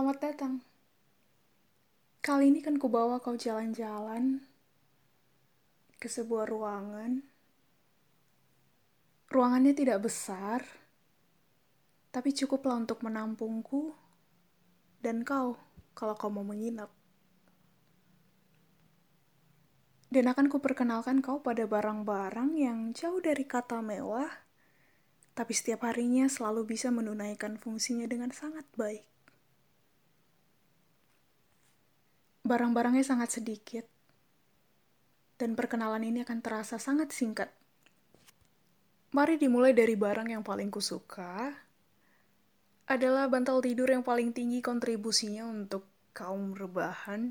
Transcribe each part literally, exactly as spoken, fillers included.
Selamat datang. Kali ini kan kubawa kau jalan-jalan ke sebuah ruangan. Ruangannya tidak besar, tapi cukuplah untuk menampungku dan kau kalau kau mau menginap. Dan akan kuperkenalkan kau pada barang-barang yang jauh dari kata mewah, tapi setiap harinya selalu bisa menunaikan fungsinya dengan sangat baik. Barang-barangnya sangat sedikit, dan perkenalan ini akan terasa sangat singkat. Mari dimulai dari barang yang paling kusuka, adalah bantal tidur yang paling tinggi kontribusinya untuk kaum rebahan.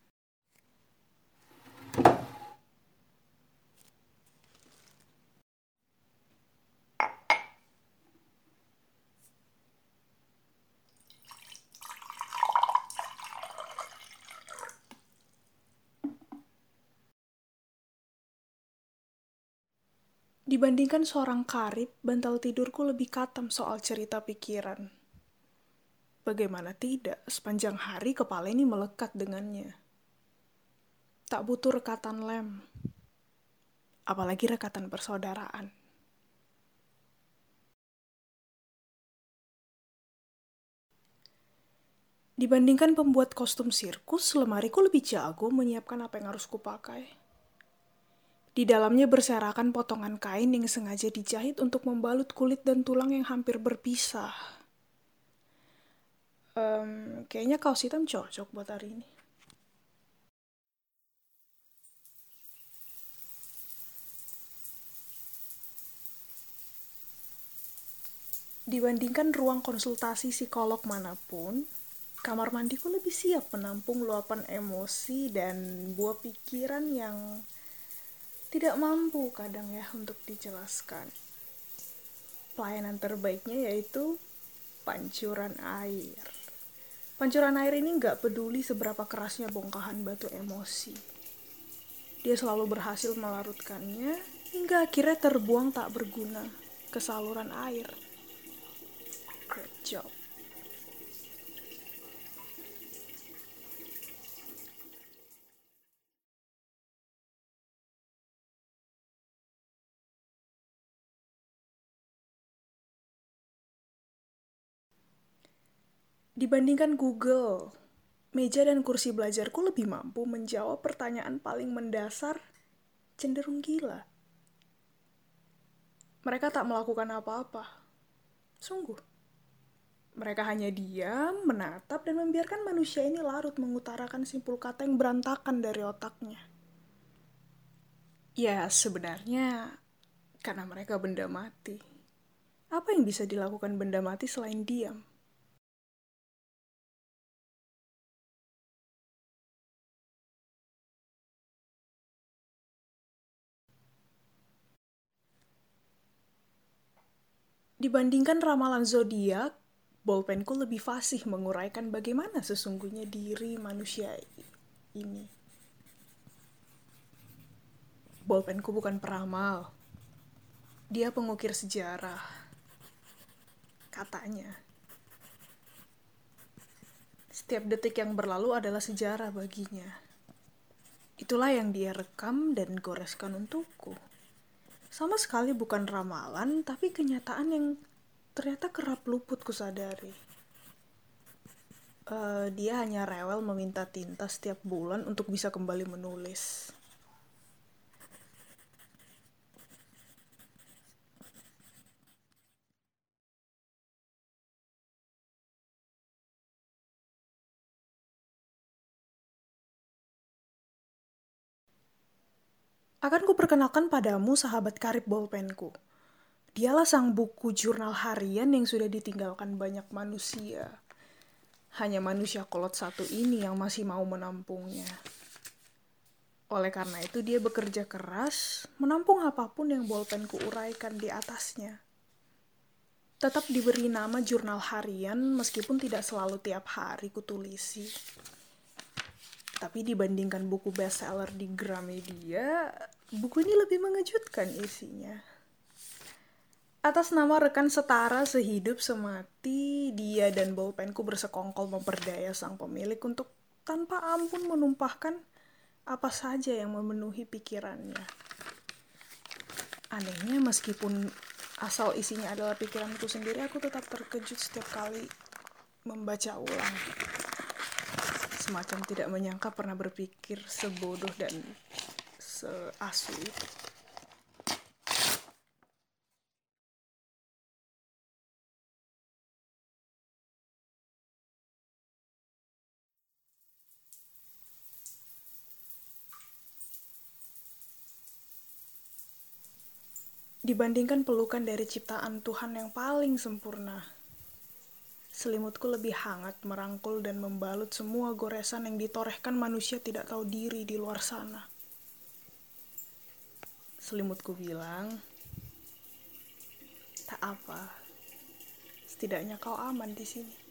Dibandingkan seorang karib, bantal tidurku lebih katam soal cerita pikiran. Bagaimana tidak, sepanjang hari kepala ini melekat dengannya. Tak butuh rekatan lem, apalagi rekatan persaudaraan. Dibandingkan pembuat kostum sirkus, lemariku lebih jago menyiapkan apa yang harus kupakai. Di dalamnya berserakan potongan kain yang sengaja dijahit untuk membalut kulit dan tulang yang hampir berpisah. Um, kayaknya kaos hitam cocok buat hari ini. Dibandingkan ruang konsultasi psikolog manapun, kamar mandiku lebih siap menampung luapan emosi dan buah pikiran yang tidak mampu kadang ya untuk dijelaskan. Pelayanan terbaiknya yaitu pancuran air. Pancuran air ini nggak peduli seberapa kerasnya bongkahan batu emosi. Dia selalu berhasil melarutkannya hingga akhirnya terbuang tak berguna ke saluran air. Great job. Dibandingkan Google, meja dan kursi belajarku lebih mampu menjawab pertanyaan paling mendasar, cenderung gila. Mereka tak melakukan apa-apa. Sungguh. Mereka hanya diam, menatap, dan membiarkan manusia ini larut mengutarakan simpul kata yang berantakan dari otaknya. Ya, sebenarnya karena mereka benda mati. Apa yang bisa dilakukan benda mati selain diam? Dibandingkan ramalan zodiak, bolpenku lebih fasih menguraikan bagaimana sesungguhnya diri manusia ini. Bolpenku bukan peramal. Dia pengukir sejarah. Katanya. Setiap detik yang berlalu adalah sejarah baginya. Itulah yang dia rekam dan goreskan untukku. Sama sekali bukan ramalan, tapi kenyataan yang ternyata kerap luput kusadari. Uh, dia hanya rewel meminta tinta setiap bulan untuk bisa kembali menulis. Akan kuperkenalkan padamu sahabat karib bolpenku. Dialah sang buku jurnal harian yang sudah ditinggalkan banyak manusia. Hanya manusia kolot satu ini yang masih mau menampungnya. Oleh karena itu dia bekerja keras, menampung apapun yang bolpenku uraikan di atasnya. Tetap diberi nama jurnal harian meskipun tidak selalu tiap hari kutulisi. Tapi dibandingkan buku bestseller di Gramedia, buku ini lebih mengejutkan isinya. Atas nama rekan setara sehidup semati, dia dan bolpenku bersekongkol memperdaya sang pemilik untuk tanpa ampun menumpahkan apa saja yang memenuhi pikirannya. Anehnya, meskipun asal isinya adalah pikiranku sendiri, aku tetap terkejut setiap kali membaca ulang. Semacam tidak menyangka pernah berpikir sebodoh dan seasu itu. Dibandingkan pelukan dari ciptaan Tuhan yang paling sempurna, selimutku lebih hangat merangkul dan membalut semua goresan yang ditorehkan manusia tidak tahu diri di luar sana. Selimutku bilang, tak apa, setidaknya kau aman di sini.